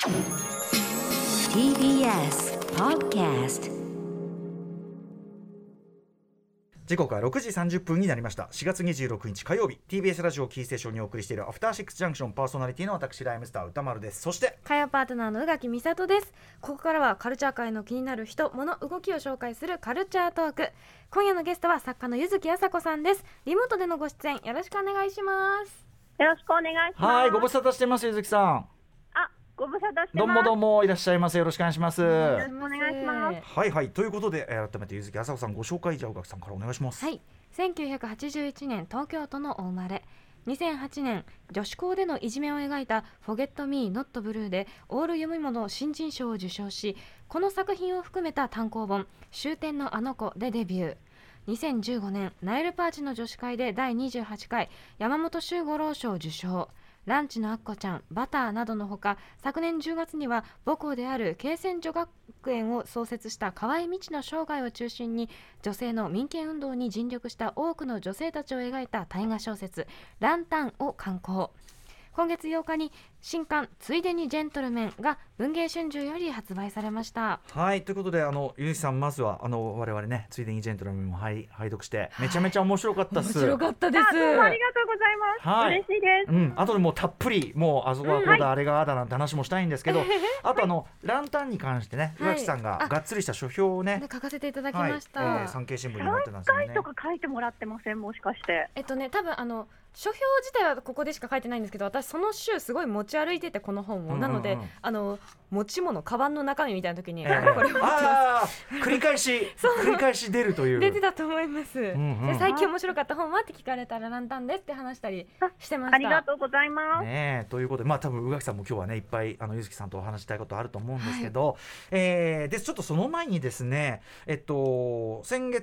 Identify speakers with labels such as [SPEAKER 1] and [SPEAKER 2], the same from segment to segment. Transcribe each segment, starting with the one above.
[SPEAKER 1] TBS Podcast。
[SPEAKER 2] 時刻は6時30分になりました。4月26日火曜日、 TBS ラジオキーステーションにお送りしているアフターシックスジャンクション、パーソナリティの私ライムスター歌丸です。そして
[SPEAKER 3] 火曜パートナーの宇垣美里です。ここからはカルチャー界の気になる人物動きを紹介するカルチャートーク。今夜のゲストは作家の柚木麻子さんです。リモートでのご出演よろしくお願いします。
[SPEAKER 4] よろしくお願いします。
[SPEAKER 2] はい、ご無沙汰してます。柚木さん、
[SPEAKER 4] ご無沙汰してます。
[SPEAKER 2] どうもどうもいらっしゃいませ。よろしくお願いします。
[SPEAKER 4] よろしくお願いします。
[SPEAKER 2] はいはい、ということで、改めて柚木麻子さんご紹介、じゃあ宇垣さんからお願いします。
[SPEAKER 3] はい、1981年東京都のお生まれ。2008年女子校でのいじめを描いた Forget Me Not Blue でオール読み物新人賞を受賞し、この作品を含めた単行本終点のあの子でデビュー。2015年ナイルパーチの女子会で第28回山本周五郎賞を受賞。ランチのアッコちゃん、バターなどのほか、昨年10月には母校である恵泉女学園を創設した河合道の生涯を中心に女性の民権運動に尽力した多くの女性たちを描いた大河小説ランタンを刊行。今月8日に新刊ついでにジェントルメンが文藝春秋より発売されました。
[SPEAKER 2] はい、ということで柚木さん、まずは我々ね、ついでにジェントルメンも拝読してめちゃめちゃ面白かったっす。
[SPEAKER 3] 面白かったです。
[SPEAKER 4] どうもありがとうございます。
[SPEAKER 2] はい、
[SPEAKER 4] 嬉しいです。
[SPEAKER 2] あとでもうたっぷりもうあそこはこうだ、あれがあだなんて話もしたいんですけど、あとランタンに関してね、宇垣さんががっつりした書評をね、
[SPEAKER 3] 書かせていただきました。
[SPEAKER 2] 産経新聞に載ってたんですよね。
[SPEAKER 4] 何回とか書いてもらってません？もしかして。
[SPEAKER 3] 多分書評自体はここでしか書いてないんですけど、私その週すごい持ち歩いててこの本を、なので持ち物カバンの中身みたいな時に、これを持ってます
[SPEAKER 2] 繰り返し出るという
[SPEAKER 3] 出てたと思います、で最近面白かった本はって聞かれたらランタンですって話したりしてました。
[SPEAKER 4] ありがとうございます、
[SPEAKER 2] ということで、多分宇垣さんも今日はねいっぱい柚木さんとお話したいことあると思うんですけど、でちょっとその前にですね、先日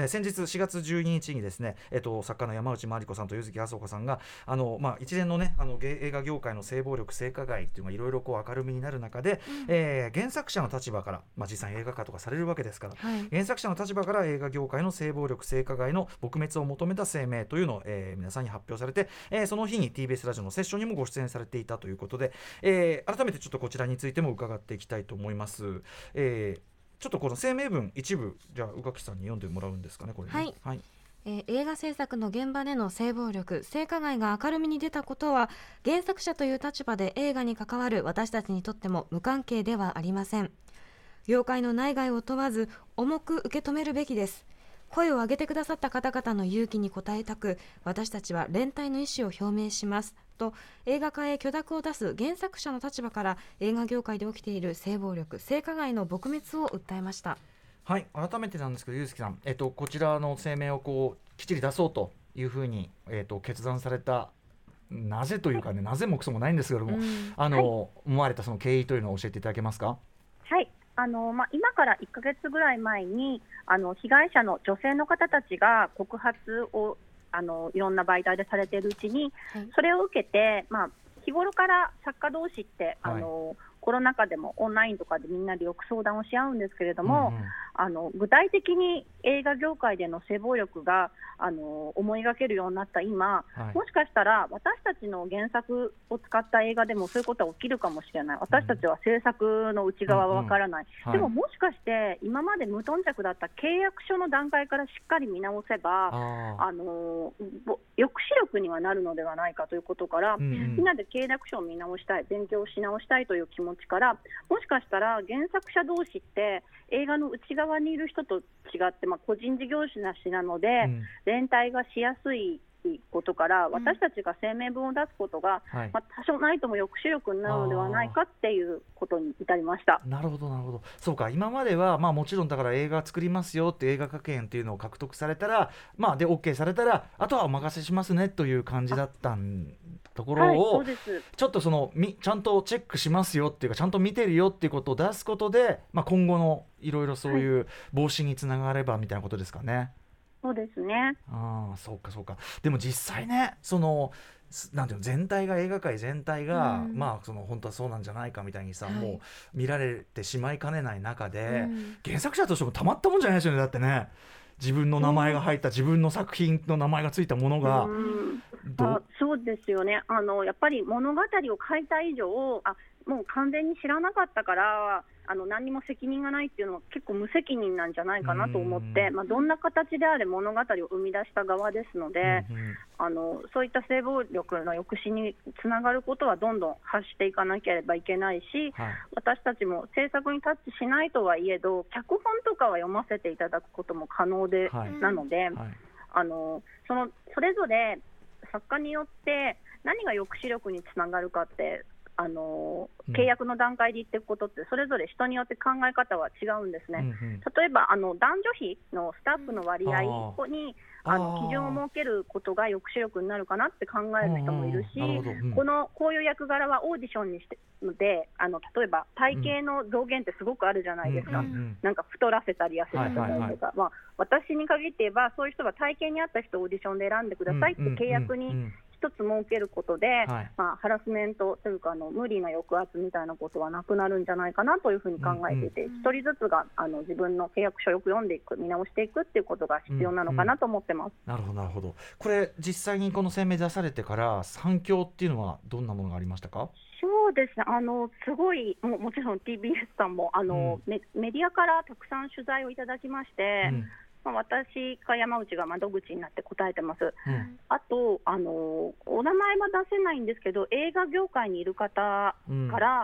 [SPEAKER 2] 4月12日にですね、作家の山内まりこさんと柚木麻子さんが一連のね映画業界の性暴力性加害っていうのがいろいろ明るみになる中で、原作者の立場から、実際映画化とかされるわけですから、原作者の立場から映画業界の性暴力性加害の撲滅を求めた声明というのを、皆さんに発表されて、その日に TBS ラジオのセッションにもご出演されていたということで、改めてちょっとこちらについても伺っていきたいと思います。ちょっとこの声明文一部じゃあ宇垣さんに読んでもらうんですかね、これね。はい、
[SPEAKER 3] 映画制作の現場での性暴力性加害が明るみに出たことは、原作者という立場で映画に関わる私たちにとっても無関係ではありません。業界の内外を問わず重く受け止めるべきです。声を上げてくださった方々の勇気に応えたく、私たちは連帯の意思を表明しますと、映画化へ許諾を出す原作者の立場から映画業界で起きている性暴力性加害の撲滅を訴えました。
[SPEAKER 2] はい、改めてなんですけど柚木さん、こちらの声明をきっちり出そうというふうに、決断された、なぜというかね、なぜもクソもないんですけども、思われたその経緯というのを教えていただけますか？
[SPEAKER 4] はい、今から1ヶ月ぐらい前に被害者の女性の方たちが告発をいろんな媒体でされているうちに、それを受けて、日頃から作家同士ってコロナ禍でもオンラインとかでみんなでよく相談をし合うんですけれども、具体的に映画業界での性暴力が思い描けるようになった今、もしかしたら私たちの原作を使った映画でもそういうことが起きるかもしれない。私たちは制作の内側はわからない、でももしかして今まで無頓着だった契約書の段階からしっかり見直せば抑止力にはなるのではないかということから、みんなで契約書を見直したい、勉強し直したいという気持ちから、もしかしたら原作者同士って映画の内側にいる人と違って、個人事業主なので、連帯がしやすいことから、私たちが声明文を出すことが、多少ないとも抑止力になるのではないかっていうことに至りました。
[SPEAKER 2] なるほどなるほど。そうか、今までは、もちろんだから映画作りますよって映画化権っていうのを獲得されたら、で OK されたらあとはお任せしますねという感じだったところを、ちょっとちゃんとチェックしますよっていうか、ちゃんと見てるよっていうことを出すことで、今後のいろいろそういう防止につながればみたいなことですかね。
[SPEAKER 4] そうですね。
[SPEAKER 2] そうかそうか。でも実際ね、なんていうの、全体が映画界全体が、本当はそうなんじゃないかみたいにさ、もう見られてしまいかねない中で、原作者としてもたまったもんじゃないですよね。だってね、自分の名前が入った、自分の作品の名前がついたものが、
[SPEAKER 4] そうですよね。やっぱり物語を書いた以上、 もう完全に知らなかったから何にも責任がないっていうのは結構無責任なんじゃないかなと思って、どんな形であれ物語を生み出した側ですので、そういった性暴力の抑止につながることはどんどん発していかなければいけないし、私たちも制作にタッチしないとはいえど脚本とかは読ませていただくことも可能で、なので、それぞれ作家によって何が抑止力につながるかって契約の段階で言っていくことってそれぞれ人によって考え方は違うんですね。例えば男女比のスタッフの割合に基準を設けることが抑止力になるかなって考える人もいるし、こういう役柄はオーディションにしてで例えば体型の増減ってすごくあるじゃないですか。なんか太らせたり痩せたりとか、私に限って言えばそういう人は体型に合った人をオーディションで選んでくださいって契約に一つ設けることで、ハラスメントというか無理な抑圧みたいなことはなくなるんじゃないかなというふうに考えていて、一人ずつが自分の契約書をよく読んでいく、見直していくっていうことが必要なのかなと思ってます。
[SPEAKER 2] なるほどなるほど。これ実際にこの声明出されてから反響っていうのはどんなものがありましたか？
[SPEAKER 4] そうですね、すごい もちろん TBS さんもメディアからたくさん取材をいただきまして、私か山内が窓口になって答えてます。あとお名前は出せないんですけど、映画業界にいる方から、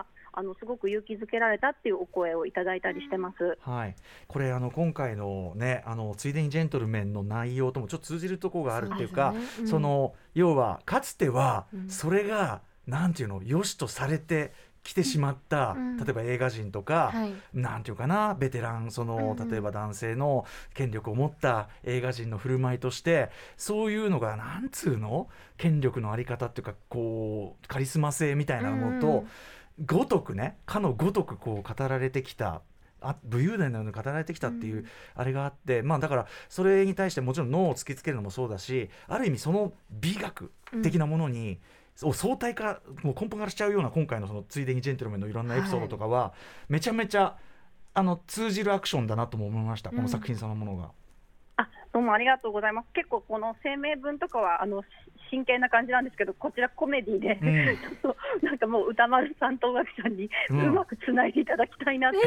[SPEAKER 4] すごく勇気づけられたっていうお声をいただいたりしてます。
[SPEAKER 2] これ今回のねついでにジェントルメンの内容ともちょっと通じるところがあるっていうか、要はかつてはそれがなんていうの良しとされて来てしまった、例えば映画人とか、なんていうかなベテラン例えば男性の権力を持った映画人の振る舞いとしてそういうのがなんつうの権力のあり方っていうかこうカリスマ性みたいなものと、ごとくねかのごとくこう語られてきた武勇伝のように語られてきたっていうあれがあって、だからそれに対してもちろん脳を突きつけるのもそうだし、ある意味その美学的なものに、相対化もう根本からしちゃうような今回のそのついでにジェントルメンのいろんなエピソードとかは、めちゃめちゃ通じるアクションだなとも思いました、この作品そのものが。
[SPEAKER 4] どうもありがとうございます。結構この声明文とかは真剣な感じなんですけど、こちらコメディで、ちょっとなんかもう歌丸さんと尾垣さんにうまくつないでいただきたいなって、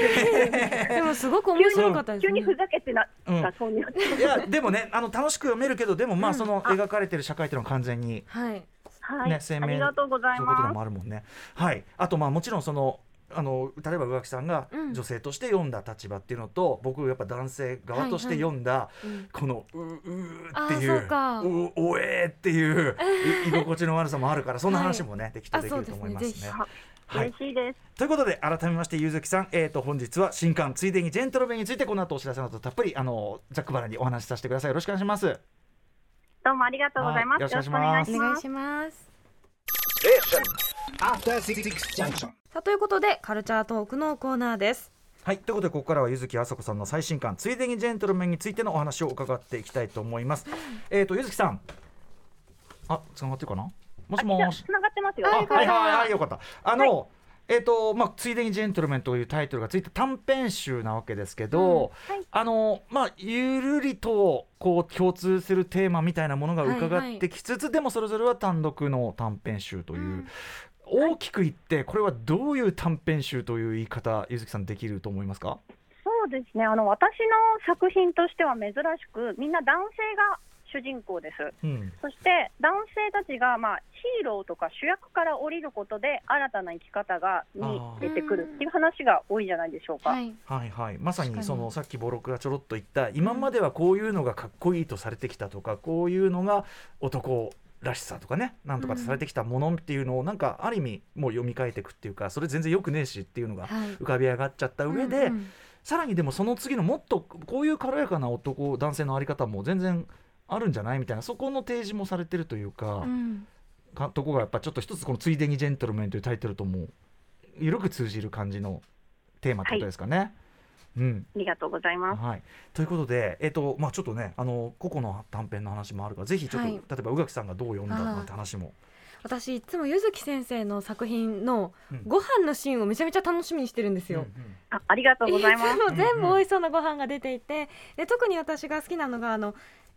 [SPEAKER 3] でもすごく面白かったですね。
[SPEAKER 4] 急にふざけてなったそうになって、
[SPEAKER 2] いやでもね楽しく読めるけど、でもその描かれてる社会っていうのは完全に
[SPEAKER 4] 声明ありがとうございます。
[SPEAKER 2] そういうこともあるもんね。あともちろん例えば宇垣さんが女性として読んだ立場っていうのと、僕やっぱ男性側として読んだ、このっていうおえーっていう居心地の悪さもあるから、そんな話もね、できたらできると思いますね。
[SPEAKER 4] 嬉しいです。
[SPEAKER 2] ということで改めましてゆずきさん、本日は新刊ついでにジェントルメンについてこの後お知らせの後たっぷりざっくばらんにお話しさせてください。よろしくお願いします。
[SPEAKER 4] どうもありがとうございます。よろしくお願いします。
[SPEAKER 3] お願いします。さあということでカルチャートークのコーナーです。
[SPEAKER 2] ということでここからは柚木あさこさんの最新刊ついでにジェントルメンについてのお話を伺っていきたいと思います。柚木さんつながってるかな。もしもし。
[SPEAKER 4] つながってますよ。
[SPEAKER 2] よかった。ついでにジェントルメンというタイトルがついた短編集なわけですけど、ゆるりとこう共通するテーマみたいなものが伺ってきつつ、でもそれぞれは単独の短編集という、大きく言ってこれはどういう短編集という言い方、柚木さんできると思いますか？
[SPEAKER 4] そうですね、私の作品としては珍しくみんな男性が主人公です、そして男性たちが、ヒーローとか主役から降りることで新たな生き方に出てくるっていう話が多いんじゃないでしょうか。
[SPEAKER 2] まさにさっきボロクがちょろっと言った今まではこういうのがかっこいいとされてきたとか、こういうのが男らしさとかね、なんとかとされてきたものっていうのをなんかある意味もう読み替えていくっていうか、それ全然よくねえしっていうのが浮かび上がっちゃった上で、さらにでもその次のもっとこういう軽やかな男性のあり方も全然あるんじゃないみたいな、そこの提示もされてるというか、とこがやっぱちょっと一つこのついでにジェントルメンというタイトルとも緩く通じる感じのテーマってことですかね。あ
[SPEAKER 4] りがとうございます。
[SPEAKER 2] ということで、ちょっとね個々の短編の話もあるからぜひちょっと、例えば宇垣さんがどう読んだかって話も。
[SPEAKER 3] 私いつも柚木先生の作品のご飯のシーンをめちゃめちゃ楽しみにしてるんですよ。
[SPEAKER 4] ありがとうございます。
[SPEAKER 3] いつも全部美味しそうなご飯が出ていて、で特に私が好きなのが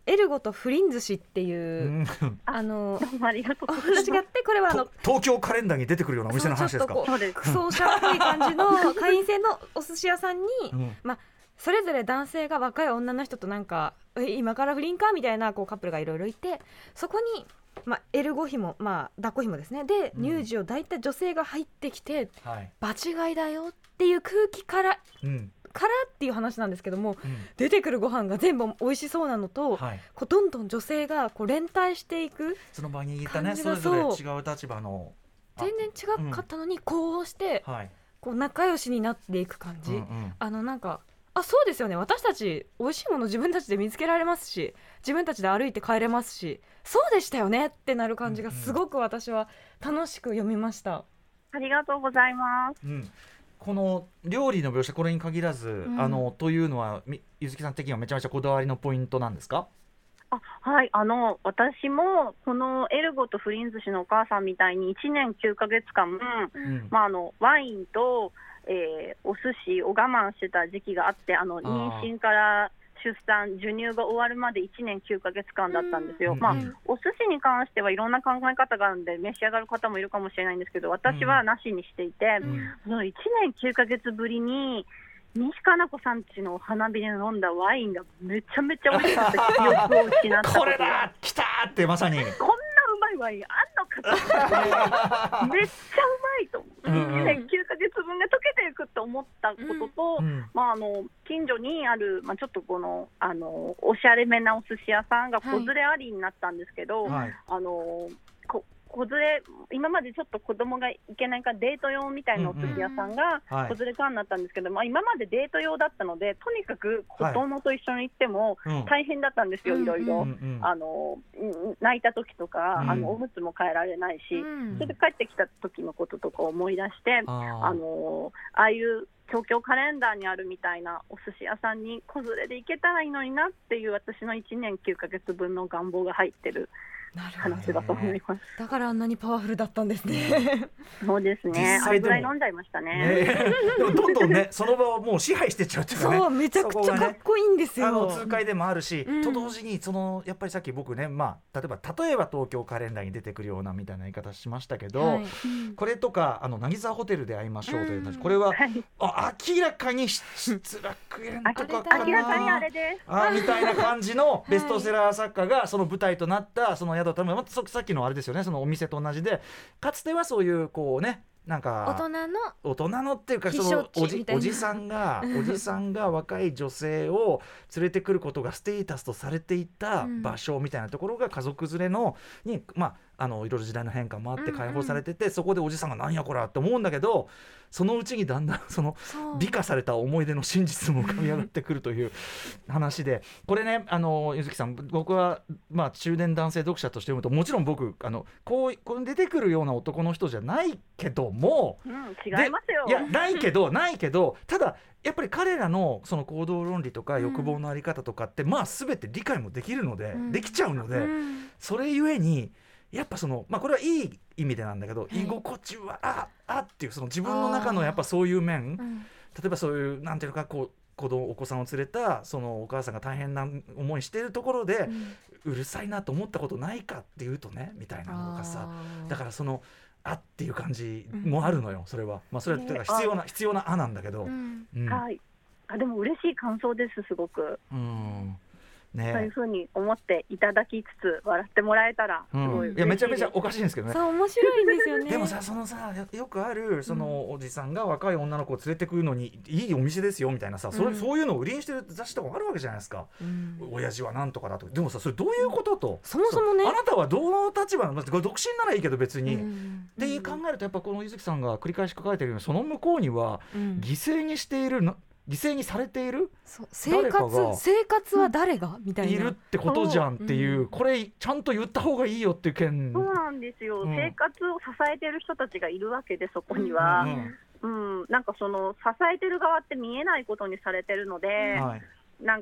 [SPEAKER 3] エルゴと不倫寿司っていう、
[SPEAKER 4] どうもありがとうございます。
[SPEAKER 3] 違ってこれは
[SPEAKER 2] 東京カレンダーに出てくるようなお店の話ですか。
[SPEAKER 3] そうです。クソシャっぽい感じの会員制のお寿司屋さんに、それぞれ男性が若い女の人となんか今から不倫かみたいなこうカップルがいろいろいて、そこにエルゴ紐、抱っこ紐ですねで、乳児を抱いた女性が入ってきて、場違いだよっていう空気からっていう話なんですけども、出てくるご飯が全部美味しそうなのと、こうどんどん女性がこう連帯していく、
[SPEAKER 2] その場にいたね、それぞれ違う立場の
[SPEAKER 3] 全然違かったのにこうして、こう仲良しになっていく感じ、なんかそうですよね、私たち美味しいもの自分たちで見つけられますし、自分たちで歩いて帰れますし、そうでしたよねってなる感じがすごく私は楽しく読みました。
[SPEAKER 4] ありがとうございます。
[SPEAKER 2] この料理の描写、これに限らず、というのはゆずきさん的にはめちゃめちゃこだわりのポイントなんですか？
[SPEAKER 4] はい、私もこのエルゴと不倫寿司のお母さんみたいに1年9ヶ月間、ワインとお寿司を我慢してた時期があって、妊娠から出産、授乳が終わるまで1年9ヶ月間だったんですよ。お寿司に関してはいろんな考え方があるんで召し上がる方もいるかもしれないんですけど、私はなしにしていて、その1年9ヶ月ぶりに西加奈子さんちの花火で飲んだワインがめちゃめちゃ美味しかった記憶を失った
[SPEAKER 2] これだ来たーってまさに
[SPEAKER 4] こんなうまいワインあんのかとめっちゃうまいと1年9ヶ月分が溶けていくと思ったことと、近所にある、ちょっとこの、おしゃれめなお寿司屋さんが子連れありになったんですけど、子連れ、今までちょっと子供が行けないからデート用みたいなお寿司屋さんが子連れからになったんですけど、今までデート用だったので、とにかく子供と一緒に行っても大変だったんですよ、いろいろ。泣いた時とか、おむつも変えられないし、それで帰ってきた時のこととか思い出して、ああいう東京カレンダーにあるみたいなお寿司屋さんに子連れで行けたらいいのになっていう私の1年9ヶ月分の願望が入ってる話だと思います。
[SPEAKER 3] だからあんなにパワフルだったんですね。
[SPEAKER 4] そうですね。あれぐらい飲んじゃいましたね。
[SPEAKER 2] でもどんどんね、その場をもう支配してっちゃうっていうかね。
[SPEAKER 3] そう、めちゃくちゃかっこいいんですよ。
[SPEAKER 2] 痛快でもあるし、と同時にやっぱりさっき僕ね、例えば東京カレンダーに出てくるようなみたいな言い方しましたけど、これとか渚ホテルで会いましょうという、これは明らかに失楽園とかかな、
[SPEAKER 4] 明らかにあれです
[SPEAKER 2] みたいな感じのベストセラー作家がその舞台となったその宿ため、さっきのあれですよね、そのお店と同じで、かつてはそういうこうね、なんか大人のっていうか、そのおじさんが若い女性を連れてくることがステータスとされていた場所みたいなところが家族連れのにいろいろ時代の変化もあって解放されてて、そこでおじさんがなんやこらって思うんだけど、そのうちにだんだんその美化された思い出の真実も浮かび上がってくるという話で、これね、ゆずきさん、僕は中年男性読者として読むと、もちろん僕こう出てくるような男の人じゃないけども、
[SPEAKER 4] 違いますよ。
[SPEAKER 2] いやないけどただやっぱり彼らのその行動論理とか欲望のあり方とかって、全て理解もできるので、できちゃうので、それゆえにやっぱこれはいい意味でなんだけど、居心地はっていう、その自分の中のやっぱそういう面、例えばそういうなんていうかお子さんを連れたそのお母さんが大変な思いしているところで、うるさいなと思ったことないかっていうとねみたいなのがさ、だからっていう感じもあるのよ、それは。それはだから必要ななんだけど、
[SPEAKER 4] はい。でも嬉しい感想です、すごく。そういう風に思っていただきつつ笑ってもらえたらすごい嬉しいです。
[SPEAKER 2] いやめちゃめちゃおかしいんですけどね。
[SPEAKER 3] そう面白いんですよね。
[SPEAKER 2] でもよくあるそのおじさんが若い女の子を連れてくるのにいいお店ですよみたいなそういうのを売りにしてる雑誌とかあるわけじゃないですか。親父はなんとかだと。でもそれどういうことと、
[SPEAKER 3] そもそもね、
[SPEAKER 2] あなたはどの立場なの、独身ならいいけど別に、って考えると、やっぱこのゆずきさんが繰り返し書かれているように、その向こうには犠牲にしている犠牲にされている
[SPEAKER 3] 生活は誰がみたいない
[SPEAKER 2] るってことじゃんっていう、これちゃんと言った方がいいよっていう件。
[SPEAKER 4] そうなんですよ、生活を支えてる人たちがいるわけで、そこには、なんかその支えてる側って見えないことにされてるので、なんか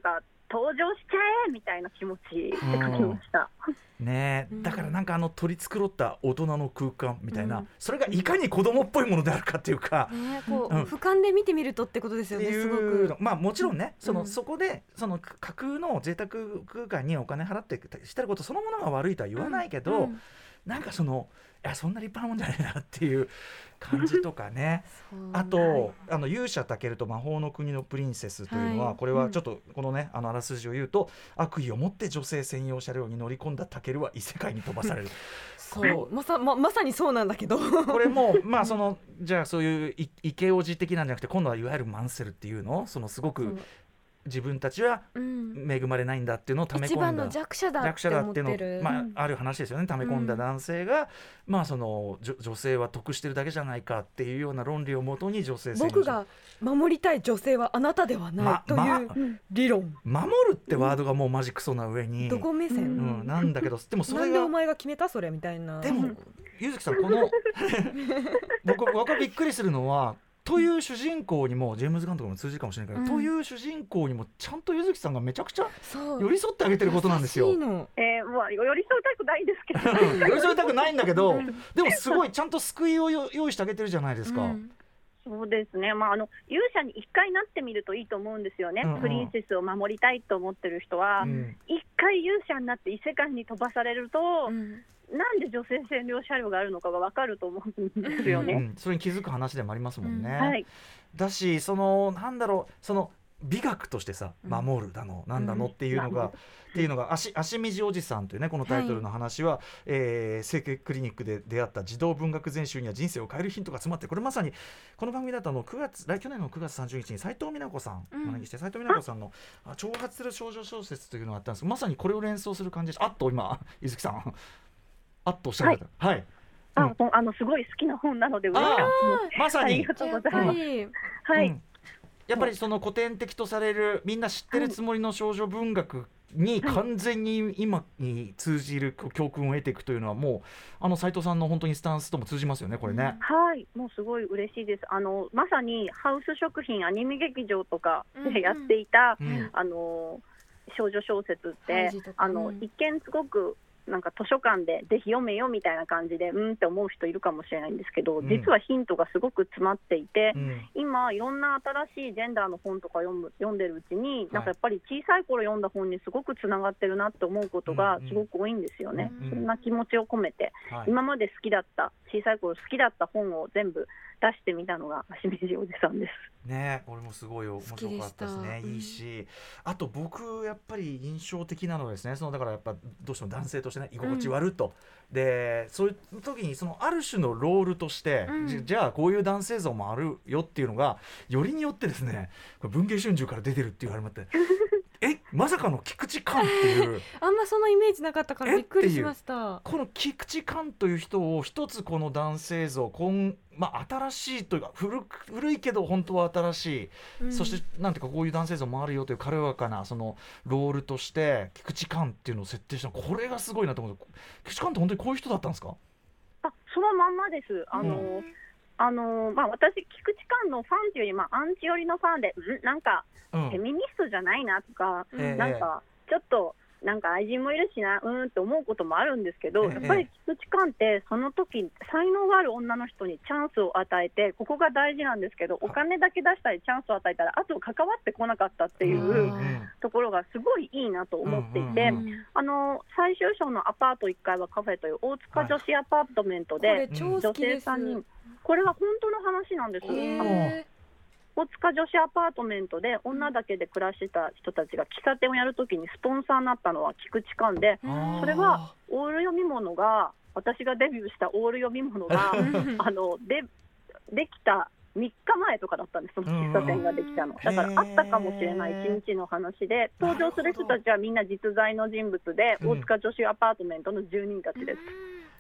[SPEAKER 4] 登場しちゃえみたいな気持ちで書きました。
[SPEAKER 2] ね、だからなんか取り繕った大人の空間みたいな、それがいかに子供っぽいものであるかっていうか、
[SPEAKER 3] こう俯瞰で見てみるとってことですよね。すごく
[SPEAKER 2] まあもちろんね、そこでその架空の贅沢空間にお金払ってしてることそのものが悪いとは言わないけど、なんかそんな立派なもんじゃないなっていう感じとかねあと勇者タケルと魔法の国のプリンセスというのは、これはちょっとこのねあらすじを言うと、悪意を持って女性専用車両に乗り込んだタケルは異世界に飛ばされる
[SPEAKER 3] そうまさにそうなんだけど
[SPEAKER 2] これもまあじゃあそういうイケオジ的なんじゃなくて、今度はいわゆるマンセルっていうのすごく自分たちは恵まれないんだっていうのを溜め込んだ、
[SPEAKER 3] 一番の弱者だって思ってる、
[SPEAKER 2] ある話ですよね。溜め込んだ男性が、女性は得してるだけじゃないかっていうような論理をもとに女性
[SPEAKER 3] 僕が守りたい女性はあなたではないという理論、
[SPEAKER 2] 守るってワードがもうマジクソな上に
[SPEAKER 3] どこ目線、
[SPEAKER 2] なんだけど、でもそれが
[SPEAKER 3] なんでお前が決めたそれみたいな。
[SPEAKER 2] でもゆずきさん僕がびっくりするのはという主人公にもジェームズ・ガンとかも通じるかもしれないけど、という主人公にもちゃんと柚木さんがめちゃくちゃ寄り添ってあげてることなんですよ。
[SPEAKER 4] 寄り添いたくないんですけど
[SPEAKER 2] 寄り添いたくないんだけどでもすごいちゃんと救いを用意してあげてるじゃないですか。
[SPEAKER 4] そうですね、勇者に一回なってみるといいと思うんですよね、プリンセスを守りたいと思ってる人は、一回勇者になって異世界に飛ばされると、なんで女性専用車両があるのかが分かると思うんですよね、
[SPEAKER 2] それに気づく話でもありますもんね、だしなんだろう美学としてさ、守るだのなんだのっていうのが、足見おじさんというねこのタイトルの話は、整形クリニックで出会った児童文学全集には人生を変えるヒントが詰まって、これまさにこの番組だと去年の9月30日に斉藤美奈子さんお招きして、斉藤美奈子さんの挑発する少女小説というのがあったんです。まさにこれを連想する感じです。今柚木さんおっしゃられた。
[SPEAKER 4] すごい好きな本なので嬉しかった。
[SPEAKER 2] まさに
[SPEAKER 4] ありがとうございます。
[SPEAKER 2] やっぱり古典的とされるみんな知ってるつもりの少女文学に完全に今に通じる教訓を得ていくというのはもう斉藤さんの本当にスタンスとも通じますよねこれね。
[SPEAKER 4] もうすごい嬉しいです。まさにハウス食品アニメ劇場とかでやっていた、少女小説って一見すごくなんか図書館でぜひ読めよみたいな感じでって思う人いるかもしれないんですけど、実はヒントがすごく詰まっていて、今いろんな新しいジェンダーの本とか読んでるうちに、なんかやっぱり小さい頃読んだ本にすごくつながってるなって思うことがすごく多いんですよね、そんな気持ちを込めて、今まで小さい頃好きだった本を全部出してみたのが足見おじさんです
[SPEAKER 2] ね。俺もすごい面白かったですね。いいし、あと僕やっぱり印象的なのはですね、だからやっぱどうしても男性としてね居心地悪と、でそういう時にある種のロールとして、じゃあこういう男性像もあるよっていうのがよりによってですね、これ文藝春秋から出てるっていうあれもあってまさかの菊池寛っていう
[SPEAKER 3] あんまそのイメージなかったからびっくりしました。
[SPEAKER 2] この菊池寛という人を一つこの男性像新しいというか古いけど本当は新しい、そしてなんていうかこういう男性像もあるよという軽やかなロールとして菊池寛っていうのを設定した、これがすごいなと思う。菊池寛って本当にこういう人だったんですか？
[SPEAKER 4] そのまんまです。私菊池寛のファンというよりアンチ寄りのファンで、なんかフェミニストじゃないなとか、なんかちょっとなんか愛人もいるしなって思うこともあるんですけど、やっぱり菊池寛ってその時才能がある女の人にチャンスを与えて、ここが大事なんですけど、お金だけ出したりチャンスを与えたらあと関わってこなかったっていうところがすごいいいなと思っていて、最終章のアパート1階はカフェという大塚女子アパートメントで、女性3人、これは本当の話なんです。大塚女子アパートメントで女だけで暮らしてた人たちが喫茶店をやるときにスポンサーになったのは菊池寛で、それはオール読み物が、私がデビューしたオール読み物ができた3日前とかだったんです、その喫茶店ができたの。だからあったかもしれない1日の話で、登場する人たちはみんな実在の人物で、大塚女子アパートメントの住人たちです。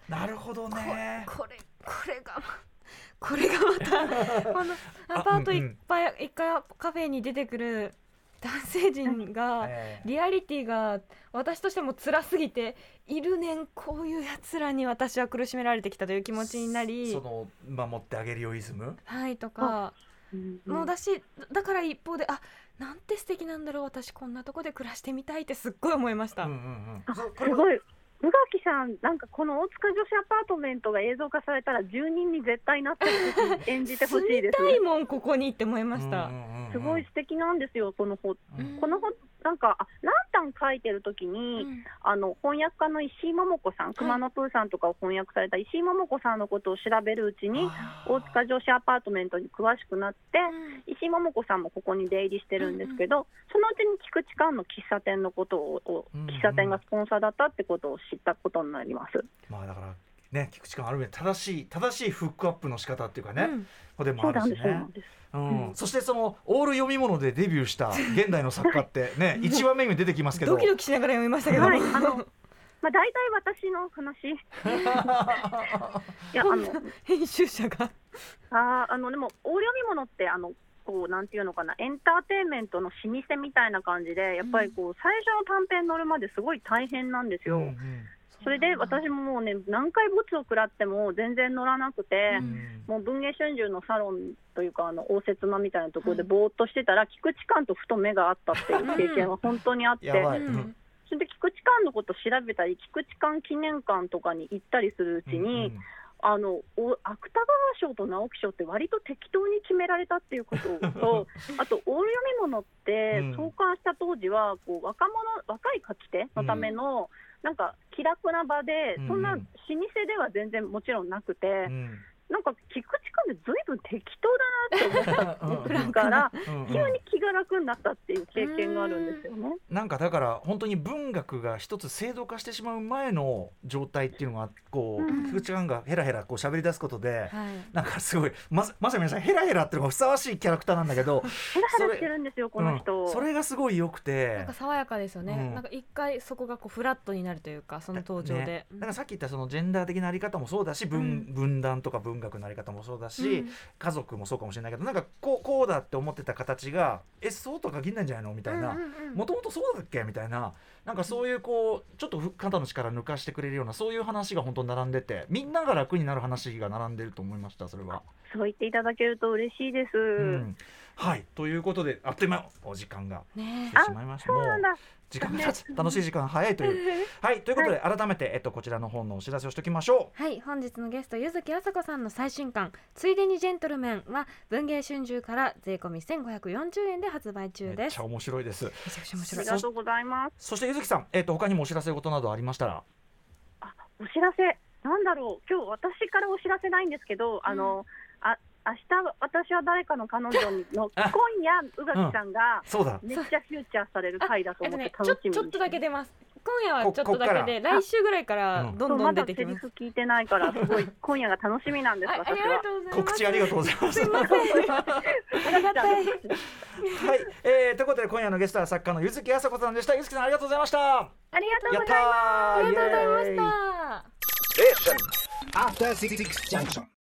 [SPEAKER 2] なるほどね。
[SPEAKER 3] これがまたこのアパートいっぱい一回カフェに出てくる男性陣が、リアリティが私としても辛すぎて、いるねんこういうやつらに私は苦しめられてきたという気持ちになり、
[SPEAKER 2] 守ってあげるよイズム
[SPEAKER 3] とかもうだし、だから一方でなんて素敵なんだろう、私こんなとこで暮らしてみたいってすっごい思いました。
[SPEAKER 4] すごい。宇垣さん、なんかこの大塚女子アパートメントが映像化されたら住人に絶対なって演じてほしいです。
[SPEAKER 3] 住みたいもんここにって思いました。
[SPEAKER 4] すごい素敵なんですよ、この本。なんかランタン書いてる時に、翻訳家の石井桃子さん、熊野プーさんとかを翻訳された石井桃子さんのことを調べるうちに大塚女子アパートメントに詳しくなって、石井桃子さんもここに出入りしてるんですけど、そのうちに菊池寛の喫茶店のことを、喫茶店がスポンサーだったってことを知ったことになります。
[SPEAKER 2] まあだからね、菊池寛ある意味正しいフックアップの仕方っていうかね、でもあるしね。そしてそのオール読み物でデビューした現代の作家ってね1話目に出てきますけど、
[SPEAKER 3] ドキドキしながら読みましたけど、
[SPEAKER 4] 大体私の話いや
[SPEAKER 3] 編集者が
[SPEAKER 4] でもオール読み物ってこうなんていうのかな、エンターテインメントの老舗みたいな感じで、やっぱりこう最初の短編乗るまですごい大変なんですよ。それで私ももうね、何回ボツを食らっても全然乗らなくて、もう文芸春秋のサロンというか応接間みたいなところでぼーっとしてたら、菊池寛とふと目があったっていう経験は本当にあって、それで菊池寛のことを調べたり、菊池寛記念館とかに行ったりするうちに、芥川賞と直木賞って割と適当に決められたっていうこととあとオール読み物って創刊した当時はこう若い書き手のためのなんか気楽な場で、そんな老舗では全然もちろんなくて、なんか菊池寛でずいぶん適当だなって思ったから急に気が楽になったっていう経験があるんですよね。
[SPEAKER 2] なんかだから本当に文学が一つ制度化してしまう前の状態っていうのがこう、菊池寛がヘラヘラこう喋り出すことで、なんかすごいまさに皆さんヘラヘラっていうのがふさわしいキャラクターなんだけど、
[SPEAKER 4] ヘラヘラしてるんですよこの人、
[SPEAKER 2] それがすごい良くて、
[SPEAKER 3] なんか爽やかですよね。なんか一回そこがこうフラットになるというか、その登場で、
[SPEAKER 2] だからさっき言ったそのジェンダー的なあり方もそうだし、分断とか文学のあり方もそうだし、家族もそうかもしれないけど、なんかこうだって思ってた形がそうとは限らないんじゃないのみたいな、もともとそうだっけみたいな、なんかそういうこうちょっと肩の力抜かしてくれるようなそういう話が本当に並んでて、みんなが楽になる話が並んでると思いました。それは
[SPEAKER 4] そう言っていただけると嬉しいです。
[SPEAKER 2] はい、ということであっという間お時間が来てしまいました。もう時間が経つ、楽しい時間早いというはいということで、改めて、こちらの本のお知らせをしておきましょう。
[SPEAKER 3] はい、本日のゲスト柚木麻子さんの最新刊ついでにジェントルメンは文芸春秋から税込み1540円で発売中です。
[SPEAKER 2] めっちゃ面白いです。め
[SPEAKER 3] ちゃくちゃ面白い。
[SPEAKER 4] ありがとうございます。
[SPEAKER 2] そして柚木さん、他にもお知らせことなどありましたら。
[SPEAKER 4] お知らせなんだろう、今日私からお知らせないんですけど、明日私は誰かの彼女の今夜宇垣さんがめっちゃフューチャーされる回だと思って楽しみにして、
[SPEAKER 3] ちょっとだけ出ます。今夜はちょっとだけで、来週ぐらいからどんどん出てきます。
[SPEAKER 4] まだセリフ聞いてないからすごい今夜が楽しみなんです。私は
[SPEAKER 2] 告知ありがとうございます。
[SPEAKER 3] すいませんありがたい。はい、
[SPEAKER 2] ということで今夜のゲストは作家の柚木麻子さんでした。柚木さんありがとうございました。
[SPEAKER 4] ありがとうございます。
[SPEAKER 3] ありがとうございました。